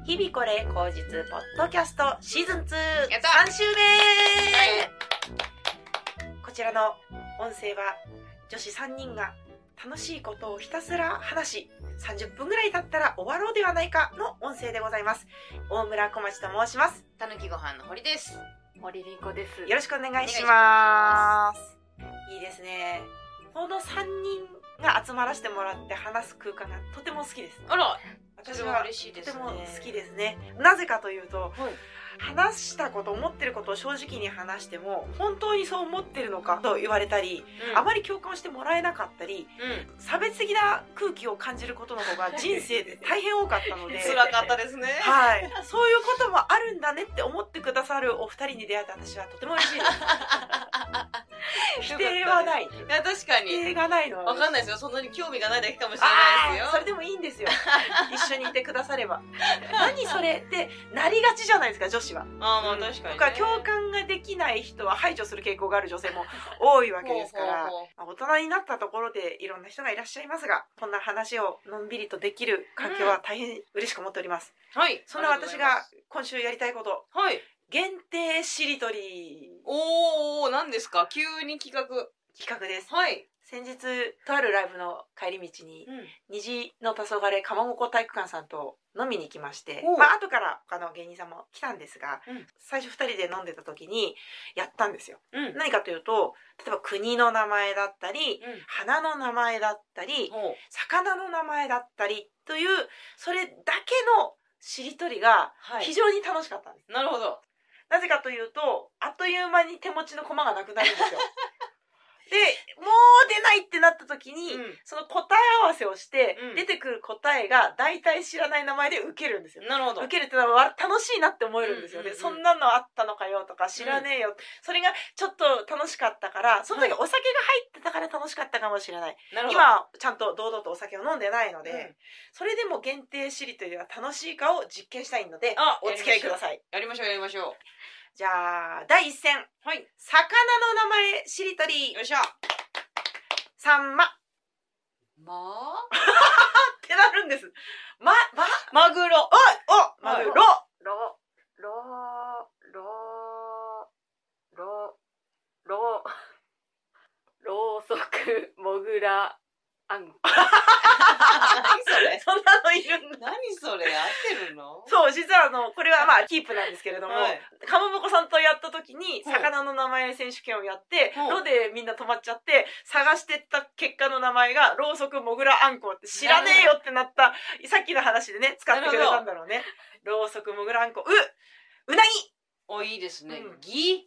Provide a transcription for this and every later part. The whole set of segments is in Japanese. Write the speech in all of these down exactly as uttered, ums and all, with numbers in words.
日々これ口実ポッドキャストシーズンツーやったさん週目、 はい、 こちらの音声は女子さんにんが楽しいことをひたすら話しさんじゅっぷんぐらい経ったら終わろうではないかの音声でございます。大村小町と申します。 たぬきご飯の堀です。 森りんこです。 よろしくお願いします。いいですね。このさんにんが集まらせてもらって話す空間がとても好きです。 あら、 私は嬉しいですね。 とても好きですね。なぜかというと、 はい、 話したこと思ってることを正直に話しても本当にそう思ってるのかと言われたり、うん、あまり共感してもらえなかったり、うん、差別的な空気を感じることの方が人生で大変多かったので辛かったですね。 はい、そういうこともあるんだねって思ってくださるお二人に出会った私はとても嬉しいです否定はない。いや、確かに。 否定がないのは。 わかんないですよ。そんなに興味がないだけかもしれないですよ。 それでもいいんですよ。一緒にいてくだされば。何それってなりがちじゃないですか、女子は。 ああ、まあ確かに、ね。 とか、共感ができない人は排除する傾向がある女性も多いわけですから、ほうほうほう、大人になったところでいろんな人がいらっしゃいますが、こんな話をのんびりとできる環境は大変嬉しく思っております。 うん、はい。 そんな私が今週やりたいこと。 はい。 限定しりとり。 おー、何ですか？急に企画。 企画です。 はい。 先日、とあるライブの帰り道に、うん、虹の黄昏かまぼこ体育館さんと飲みに行きまして、まあ後から他の芸人さんも来たんですが、うん、最初ふたりで飲んでた時にやったんですよ。うん、何かというと、例えば国の名前だったり、うん、花の名前だったり、魚の名前だったりという、それだけのしりとりが非常に楽しかったんです。 はい、なるほど。 なぜかというと、あっという間に手持ちの駒がなくなるんですよ。で、もう出ないってなった時に、うん、その答え合わせをして、うん、出てくる答えが大体知らない名前で受けるんですよ。 なるほど。 受けるってのは楽しいなって思えるんですよね。うんうんうん、そんなのあったのかよとか知らねえよ、うん。それがちょっと楽しかったから、その時お酒が入ってたから楽しかったかもしれない。はい、今、ちゃんと堂々とお酒を飲んでないので、うん、それでも限定しりとりは楽しいかを実験したいので、お付き合いください。 やりましょう、やりましょう。 じゃあ、だいいっ戦。 はい。 魚の名前しりとり。 よいしょ。 サンマ。 まあってなるんです。ま、ま、 マグロ。 おおマグロ。ロ、ロ、ロ、ロ、ロ、ロ、ろうそく、モグラ、あんこ。 何それ？ そんなのいるんだ。 何それ？合ってるの？ そう、実はあの、これはまあ、キープなんですけれども、はい、かまぼこさんとやった時に、魚の名前選手権をやって、ロでみんな止まっちゃって、探してった結果の名前が、ろうそく、モグラ、あんこって知らねえよってなった、さっきの話でね、使ってくれたんだろうね。ろうそく、モグラ、あんこ、う、うなぎ。 お、いいですね。うん、ぎ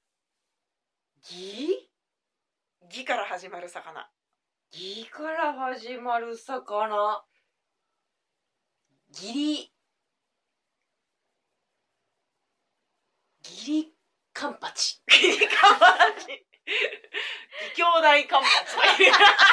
ぎぎから始まる魚。 ぎから始まる魚。ギリ。ギリカンパチ。 ギリカンパチ。義兄弟カンパチ。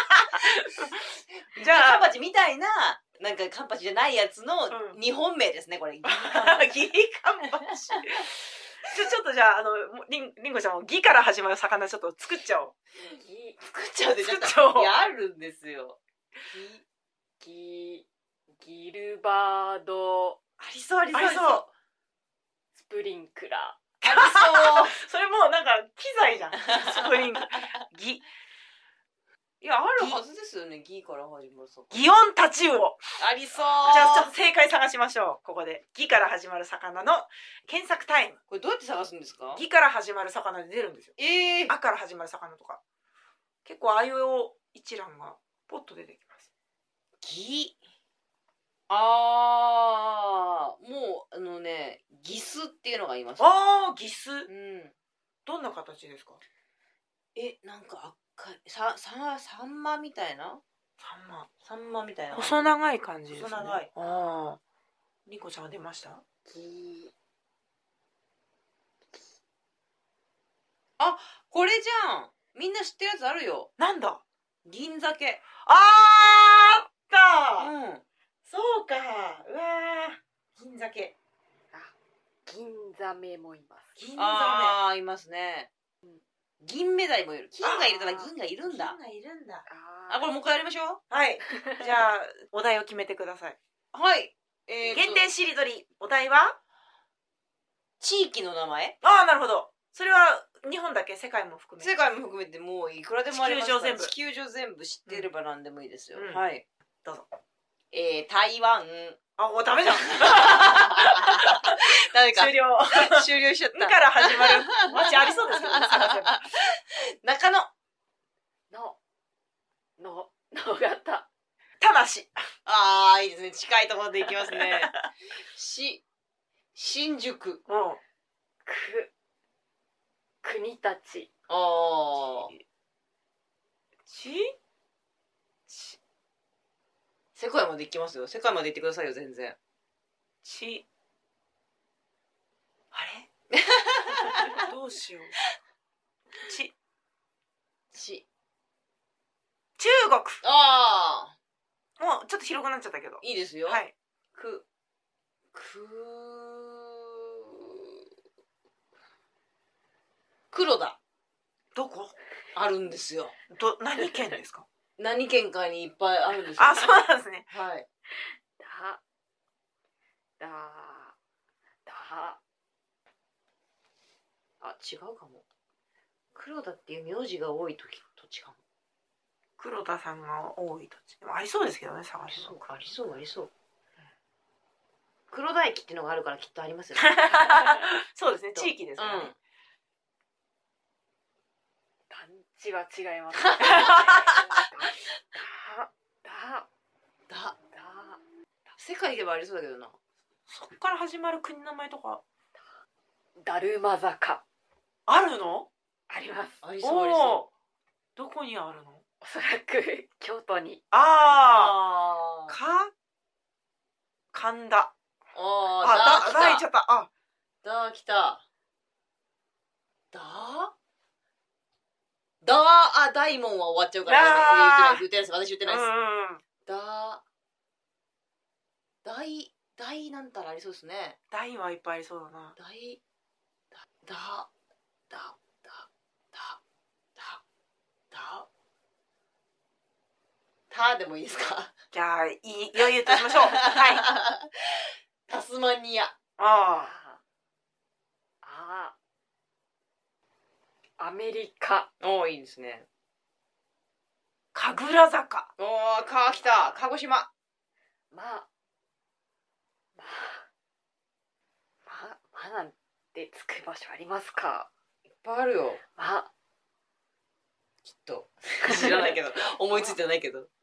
じゃあ、カンパチみたいな、なんかカンパチじゃないやつの日本名ですね、これ。ギリカンパチ。ちょっとじゃあ、あの、りん、りんごちゃんもギから始まる魚ちょっと作っちゃおう。 ギ、作っちゃうでしょ。 作っちゃおう。 いや、あるんですよ。 ギ、ギ、ギルバード。 ありそうありそう。ありそう。 スプリンクラー。 ありそう。それもうなんか機材じゃん。スプリンク。ギ。 いや、あるはずですよね。ギから始まる魚。 ギオンタチウオ。 ありそう。 じゃあちょっと正解探しましょう。ここで。ギから始まる魚の検索タイム。 これどうやって探すんですか？ ギから始まる魚で出るんですよ。 ええー。 あから始まる魚とか。結構あいうえお一覧がポッと出てきます。 ギ。あー、もう、あのね、ギスっていうのがいます、ね。 あー、ギス。うん。どんな形ですか？ え、なんか赤い、さ、さ、サンマみたいな？ サンマ。 サンマみたいな。 細長い感じですね。 細長い。 あー。りんこちゃんは出ました？ ギ。あ、これじゃん。みんな知ってるやつあるよ。 なんだ？ 銀鮭。 あー、あったー。 うん。 そうか。うわー。銀鮭。 あ、銀ザメもいます。 銀ザメ。 あー、いますね。うん、銀メダルもいる。金がいるから銀がいるんだ。 金がいるんだ。 あー、これもう一回やりましょう。 はい。じゃあ、お題を決めてください。 はい。 えーと限定しりとり。お題は？ 地域の名前。 ああ、なるほど。それは日本だけ、世界も含め。 世界も含めてもういくらでもありますから。 地球上全部。 地球上全部知ってれば何でもいいですよ。 うん、 はい。 どうぞ。 えー、台湾。 あ、お、ダメじゃん。 ダメか。 終了。 終了しちゃった。 んから始まる街ありそうですけどね、探せば。 中野。 の、の、の型。 魂。 あー、いいですね。近いところでいきますね。し、新宿。 うん。 く、国たち。 あー。 ちち世界まで行きますよ。世界まで行ってくださいよ、全然。 ちあれどうしよう。ちち。 中国。 あー。もうちょっと広くなっちゃったけど。 いいですよ。 はい。 く、く、黒田。 どこ？ あるんですよ。 ど、何県ですか？ 何県かにいっぱいあるんですよ。 あ、そうなんですね。 はい。 だ、だ、だ。 あ、違うかも。黒田っていう名字が多い時と違う。 黒田さんが多い土地。でもありそうですけどね、探すの。 ありそう、ありそう。黒田駅っていうのがあるからきっとありますよね。 そうですね、地域ですからね。 うん団地は違います。だ、だ、 だ、 だ、 世界ではありそうだけどな。 そっから始まる国の名前とかだるま坂。 あるの？ あります。 ありそう、ありそお。どこにあるの？ おそらく京都に。 う。 ああ。 あー。 か神田。 ああ、 ー、 だ、だ、いっちゃった。あ、 だ、来た。だだあ、大門は終わっちゃうからだー言ってないです。言ってないです。私言ってないです。 うんうんうん。 だ、大、大なんたらありそうですね。 大はいっぱいありそうだな。 大、だ、だ、だ、だ、だ、だ、だ、たでもいいですか？ じゃあ、いい、余裕としましょう。はい。 タスマニア。 ああ。 ああ。アメリカ。 おー、いいですね。 神楽坂。 おー、か、来た。鹿児島。 ま、ま、ま、まなんてつく場所ありますか？ いっぱいあるよ。 ま、 きっと。知らないけど。思いついてないけど。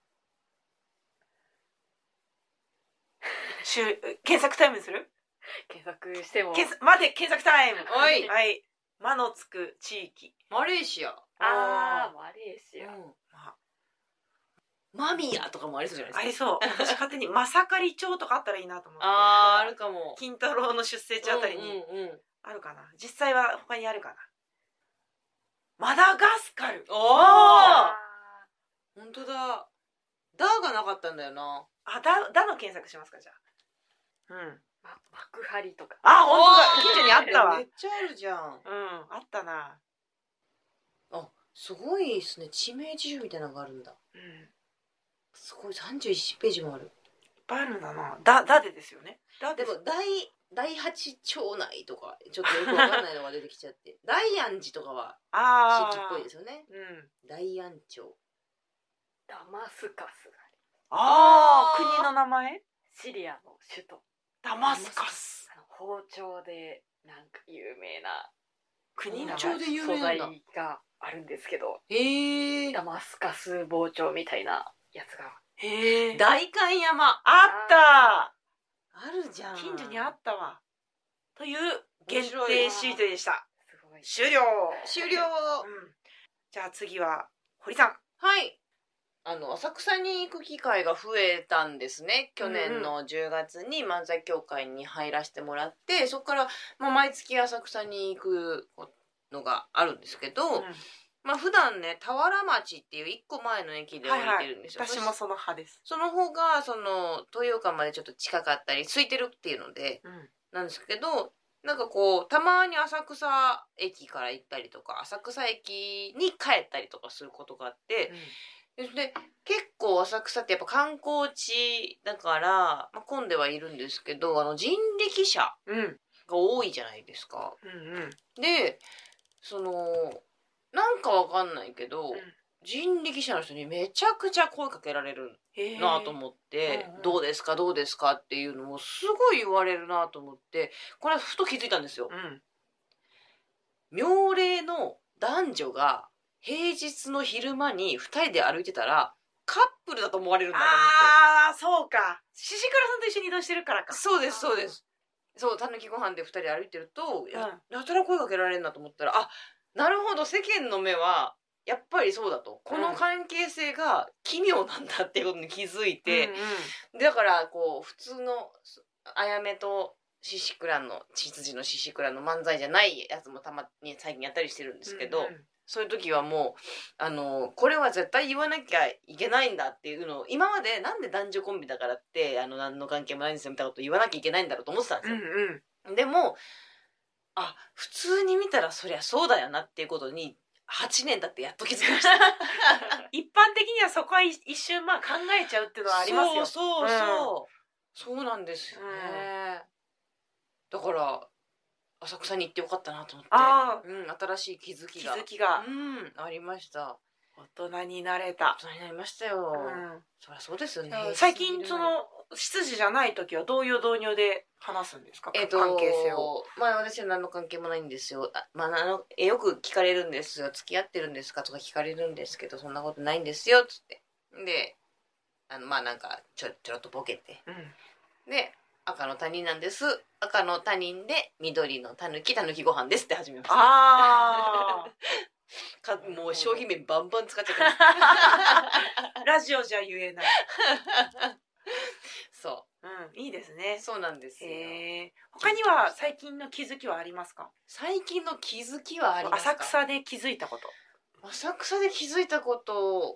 しゅ検索タイムにする？ 検索しても。 検索、待て、検索タイム。 はいはい。まのつく地域。 マレーシア。 あー、マレーシア。 うんマミヤとかもありそうじゃないありですか。 そう。私勝手にまさかり町とかあったらいいなと思って。 あー、あるかも。 金太郎の出生地あたりにうんうんうん。 あるかな。実際は他にあるかな。マダガスカル。 おー、 あほんとだ。ダーがなかったんだよな。 あ、だ、だの検索しますか、じゃあ。うん。 ー、ま、幕張とか。 あ、ほんとだ。 おー近所にあったわ。 めっちゃあるじゃん。 うん、あったな。 あ、すごいですね。地名地図みたいなのがあるんだ。 うん。いっすごい、さんじゅういちページもある。 ぱいあるんだな。だ、だでですよね。だででも、大、第八町内とか、ちょっとよくわかんないのが出てきちゃって。大安寺とかは、 ああ。 地域っぽいですよね。 うん。 大安町。 ダマスカスがああ、 あー国の名前？ シリアの首都。 ダマスカス。 あの包丁でなんか有名な国の名前。 包丁で有素名なんだ。 材があるんですけど、 へえ。 ダマスカス包丁みたいなやつが。 へえ。 代官山。 あったあるじゃん。 近所にあったわ。という限面白い定シートでした。 すごい。 終了。 終了。 うん。じゃあ次は堀さん。 はい。あの、浅草に行く機会が増えたんですね。去年のじゅうがつに漫才協会に入らせてもらって、そこから、まあ、毎月浅草に行くのがあるんですけど、 うん、 まあ普段ね、田原町っていう一個前の駅で降りてるんですよ。 はいはい、私もその派です。 その方が、その、東洋館までちょっと近かったり、空いてるっていうので、 うん、 なんですけど、なんかこう、たまに浅草駅から行ったりとか、浅草駅に帰ったりとかすることがあって、 うん、 で結構浅草ってやっぱ観光地だから、まあ、混んではいるんですけど、あの人力車うんが多いじゃないですか。 うんうんでそのなんかわかんないけど、 うん人力車の人にめちゃくちゃ声かけられるへーなと思って、 うんうんどうですかどうですかっていうのをすごい言われるなと思って、これふと気づいたんですよ。 うん妙齢の男女が平日の昼間にふたりで歩いてたらカップルだと思われるんだと思って。 ああそうか、獅子倉さんと一緒に移動してるからか。 そうですそうです。そう、たぬきご飯でふたりで歩いてると、やうんやたら声かけられるなと思ったら、あ、なるほど、世間の目はやっぱりそうだと、この関係性が奇妙なんだっていうことに気づいて、 うんうんだからこう普通のあやめと獅子倉の血筋の獅子倉の漫才じゃないやつもたまに最近やったりしてるんですけど、 うんうんそういう時はもうあのこれは絶対言わなきゃいけないんだっていうのを、今までなんで男女コンビだからってあの何の関係もないんですよみたいなこと言わなきゃいけないんだろうと思ってたんですうんよ。 うんでもあ、普通に見たらそりゃそうだよなっていうことにはちねん経ってやっと気づきました一般的にはそこは一瞬まあ考えちゃうっていうのはありますよ。 そうそうそう、そうなんですよね、だから浅草に行ってよかったなと思って、 ああ、 うん、新しい気づきが気づきがうんありました。 大人になれた。 大人になりましたよ、 うんそりゃそうですよね。 最近その執事じゃない時はどういう導入で話すんですか、 えっと、 関係性を。 まあ私は何の関係もないんですよ。あ、まあ、あのえよく聞かれるんですよ。付き合ってるんですかとか聞かれるんですけど、そんなことないんですよっつって。で、あのまあなんかちょちょろっとボケて、 うんで赤の他人なんです。赤の他人で緑のたぬきたぬきご飯ですって始めました。 ああかもう商品名バンバン使っちゃってますラジオじゃ言えない。 そうん、いいですねう。そうなんですよ。 へえ。他には最近の気づきはありますか？ 最近の気づきはありますか？ 浅草で気づいたこと。 浅草で気づいたこと、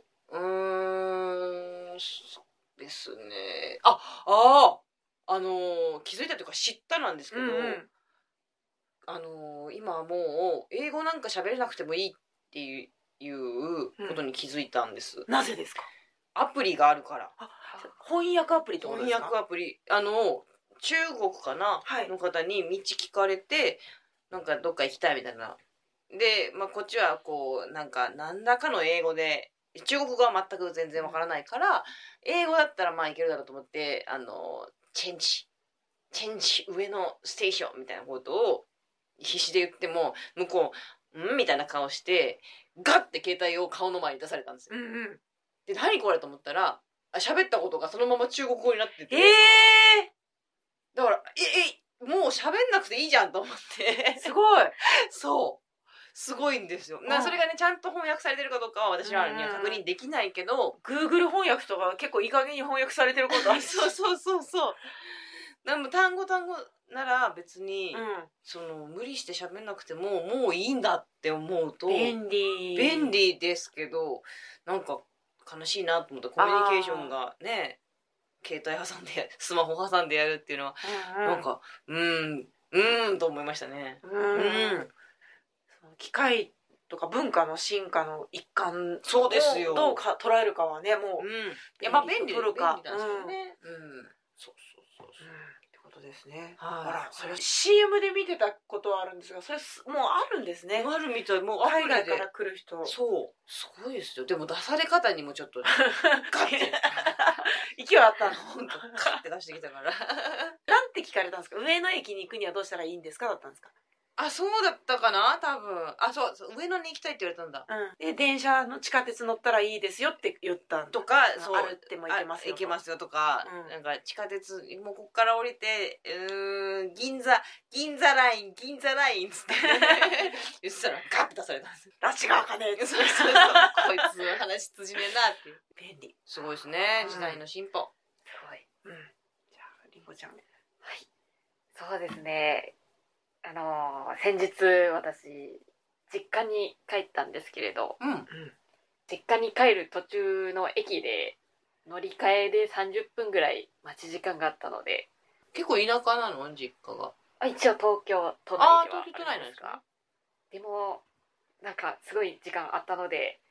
うーん、そうですね。あ、ああ、あのー気づいたというか知ったなんですけど、 うんうんあのー今はもう英語なんか喋れなくてもいいっていういうことに気づいたんです。 なぜですか？ アプリがあるから。 あ、翻訳アプリってことですか？ 翻訳アプリ、あの中国かな、 はいの方に道聞かれて、なんかどっか行きたいみたいな。で、まあ、こっちはこうなんか何らかの英語で、中国語は全く全然わからないから、英語だったらまあいけるだろうと思って、あのチェンジチェンジ上のステーションみたいなことを必死で言っても、向こう「ん?」みたいな顔してガッて携帯を顔の前に出されたんですよ。 うんうん。 で何これと思ったら、あ、喋ったことがそのまま中国語になってて、 ええだからええもう喋んなくていいじゃんと思ってー、すごい。 そうすごいんですよ。 うんなそれがねちゃんと翻訳されてるかどうかは私らには確認できないけど、 Google 翻訳とか結構いい加減に翻訳されてることある。 そうそうそうそうでも単語単語なら別に、 うん。 その無理して喋んなくてももういいんだって思うと便利。 便利ですけど、なんか悲しいなと思った。コミュニケーションがね携帯挟んでスマホ挟んでやるっていうのは、 うんうん、 なんかうーんうーんと思いましたね。 うん、 うんその機械とか文化の進化の一環をそうですよどうか捉えるかはね、もう、 うん、いやまあ便利取るか便利なんですけどね。うん、そうそうそううんってことですね。 はいあら、それ シーエム で見てたことはあるんですが、それすもうあるんですね。 あるみたい。もうアプリで海外から来る人。 そうすごいですよ。でも出され方にもちょっとガッて勢いあったの。 本当カッて出してきたからなんて聞かれたんですか？上野駅に行くにはどうしたらいいんですかだったんですか？ あ、そうだったかな多分。あ、そうそう、上野に行きたいって言われたんだ。 うん。で、電車の地下鉄乗ったらいいですよって言ったんだ。 とか、そう。 歩っても行けますよと。 あ行けますよとか、 うんなんか地下鉄、もうこっから降りて、うーん、銀座、銀座ライン、銀座ラインっつって言ってたらガッて出されたんですよ。 拉致が開かねえって。 そうそうそう。こいつ話通じねえなっていう。 便利。 すごいですねう、ん時代の進歩。 すごい。 うん。じゃあ、りんごちゃん。 はい。そうですね。あのー先日私実家に帰ったんですけれど、 うん。 うん。 実家に帰る途中の駅で乗り換えでさんじゅっぷんぐらい待ち時間があったので、 結構田舎なの実家が。 あ、一応東京都内ではあー東京都内なんですか？ でもなんかすごい時間あったので、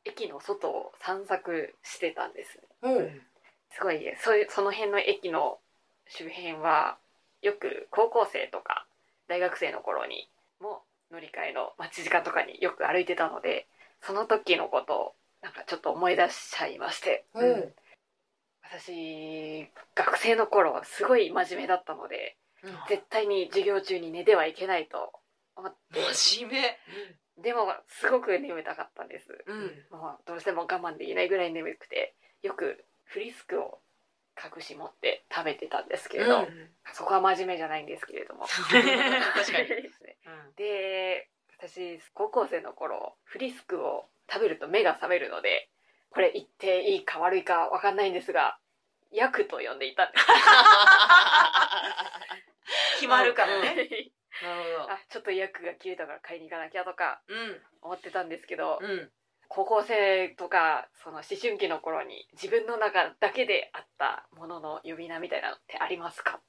駅の外を散策してたんです。 うん、 すごいそういうその辺の駅の周辺はよく高校生とか大学生の頃にも乗り換えの待ち時間とかによく歩いてたので、その時のことをなんかちょっと思い出しちゃいまして、 うん、 私学生の頃はすごい真面目だったので、うん、絶対に授業中に寝てはいけないと思って。 真面目。 でもすごく眠たかったんです、 うん、 もうどうしても我慢できないぐらい眠くて、よくフリスクを隠し持って食べてたんですけれど、うん、そこは真面目じゃないんですけれども確かにですね、うん、で私高校生の頃フリスクを食べると目が覚めるので、これ言っていいか悪いか分かんないんですが、薬と呼んでいたんです決まるからね、 うん、なるほど。 あ、ちょっと薬が切れたから買いに行かなきゃとか思ってたんですけど、 うん、 高校生とかその思春期の頃に自分の中だけであったものの呼び名みたいなのってありますか？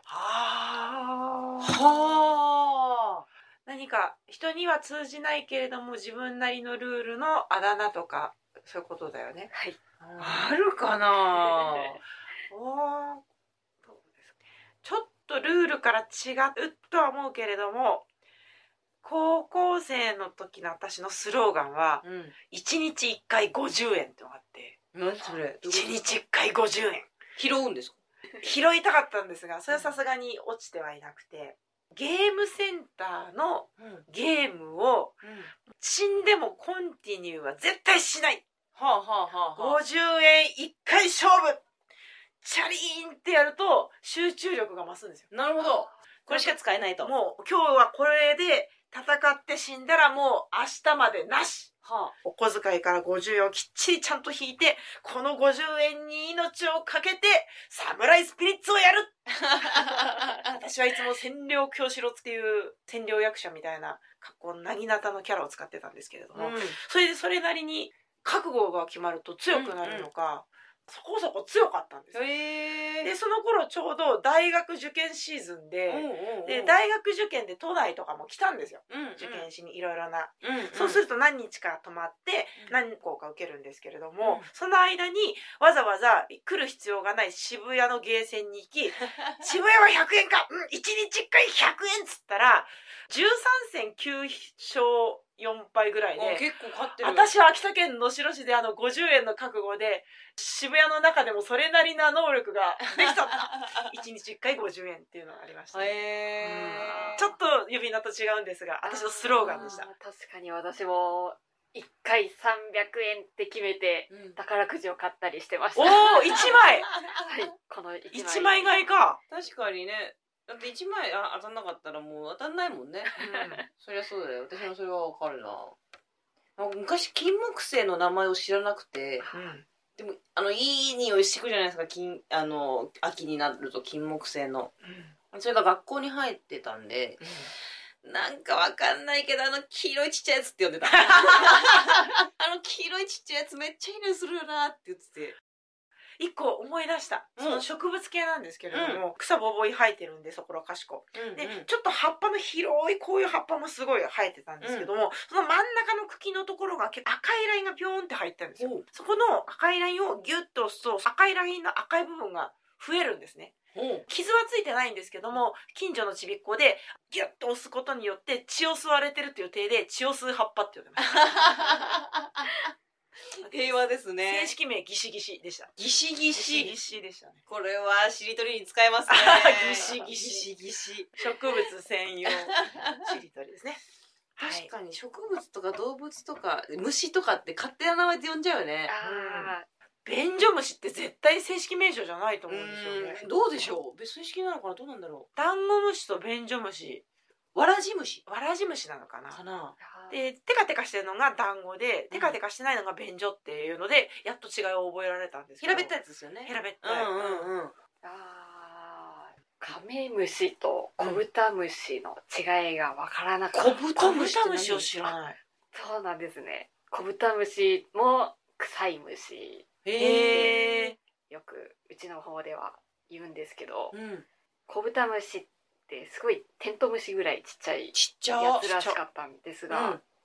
はあ、何か人には通じないけれども自分なりのルールのあだ名とかそういうことだよね。 はい。 あるかなおどうですか。ちょっとルールから違うとは思うけれども、高校生の時の私のスローガンは、うん、いちにちいっかいごじゅうえんってのがあって。 何それ？ いちにちいっかいごじゅうえん拾うんですか？ 拾いたかったんですが、それはさすがに落ちてはいなくて、ゲームセンターのゲームを死んでもコンティニューは絶対しない、 はあはあはあはあ、 ごじゅうえんいっかい勝負チャリーンってやると集中力が増すんですよ。 なるほど。これしか使えないと。 もう今日はこれで戦って死んだらもう明日までなし、はあ、お小遣いからごじゅうえんをきっちりちゃんと引いて、このごじゅうえんに命をかけてサムライスピリッツをやる私はいつも千両京四郎っていう千両役者みたいな格好のなぎなたのキャラを使ってたんですけれども、うん、それでそれなりに覚悟が決まると強くなるのか、うんうん、そこそこ強かったんですよ。 へー。 でその頃ちょうど大学受験シーズンで、うんうんうん、で大学受験で都内とかも来たんですよ、うんうん、受験しにいろいろな、うんうん、そうすると何日か泊まって何校か受けるんですけれども、うん、その間にわざわざ来る必要がない渋谷のゲーセンに行き渋谷はひゃくえんか、うん、いちにちいっかいひゃくえんっつったらじゅうさん戦きゅう勝よん敗ぐらいで、 結構勝ってる。 私は秋田県能代市であのごじゅうえんの覚悟で渋谷の中でもそれなりな能力ができたんだいちにちいっかいごじゅうえんっていうのがありました、ね、 へー。 ちょっと呼び名と違うんですが私のスローガンでした。 確かに私もいっかいさんびゃくえんって決めて宝くじを買ったりしてました、うん、 おーいちまいはい、このいちまいいちまい買いか。 確かにね、だっていちまいあ当たんなかったらもう当たんないもんね、うん、そりゃそうだよ。私もそれはわかるな。昔金木犀の名前を知らなくて、うん、でもあのいい匂いしてくるじゃないですか、金あの秋になると金木犀の、うん、それが学校に入ってたんで、うん、なんかわかんないけどあの黄色いちっちゃいやつって呼んでたあの黄色いちっちゃいやつめっちゃいい匂いするよなって言ってて、 一個思い出した、うん、その植物系なんですけれども、うん、草ぼぼい生えてるんでそこらかしこ、うんうん、でちょっと葉っぱの広いこういう葉っぱもすごい生えてたんですけども、うん、その真ん中の茎のところが結構赤いラインがピョーンって入ったんですよ、うん、そこの赤いラインをギュッと押すと赤いラインの赤い部分が増えるんですね、うん、傷はついてないんですけども近所のちびっこでギュッと押すことによって血を吸われてるっていう体で血を吸う葉っぱって言ってました平和ですね。 正式名ギシギシでした。 ギシギシギシでしたね。 これはしりとりに使えますね。 ギシギシギシ植物専用しりとりですね。 確かに植物とか動物とか虫とかって勝手な名前で呼んじゃうよね。 あー、便所虫って絶対正式名称じゃないと思うんですよね。 どうでしょう。別正式なのかな、どうなんだろう。 ダンゴムシと便所虫。 わらじ虫わらじ虫なのかなかな。 でテカテカしてるのが団子で、テカテカしてないのが便所っていうのでやっと違いを覚えられたんですけど、 平べったいやつですよね。 平べったい、うんうんうん、 あカメムシとコブタムシの違いが分からなかった。 コブタムシを知らない。 そうなんですね。コブタムシも臭い虫へえよくうちの方では言うんですけど、 うん、 コブタムシってすごいテントウムシぐらいちっちゃいやつらしかったんですが、うん、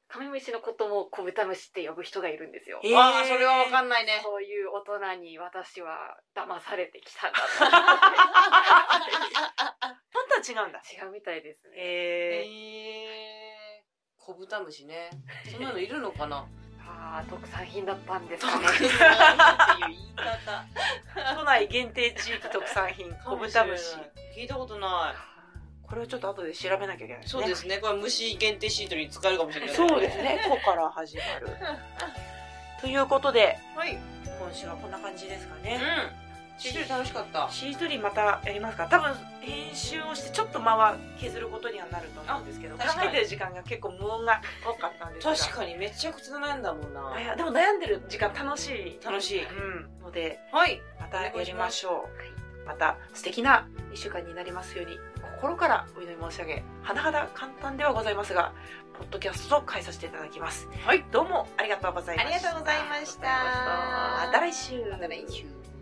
カメムシのこともコブタムシって呼ぶ人がいるんですよ。 えー、ああ、それはわかんないね。 そういう大人に私は騙されてきたんだと本当は違うんだ。 違うみたいですね。 へえー、コブタムシね。そんなのいるのかな。 ああ、特産品だったんですかね。 特産品っていう言い方。 都内限定地域特産品コブタムシ。 聞いたことない。 これをちょっと後で調べなきゃいけないですね。 そうですね。これ虫限定シートに使えるかもしれない。 そうですね。ここから始まる。ということで、 はい、 今週はこんな感じですかね。 うん。しりとり楽しかった。 しりとりまたやりますか。多分編集をしてちょっと間は削ることにはなると思うんですけど、考えてる時間が結構無音が多かったんですが。 確かにめちゃくちゃ悩んだもんな。 いやでも悩んでる時間楽しい。 楽しい。 うん。ので、 はい。 またやりましょう。また素敵ないっしゅうかんになりますように心からお祈り申し上げ、甚だ簡単ではございますがポッドキャストと返させていただきます。はい、どうもありがとうございました。 ありがとうございました。 また来週。 また来週。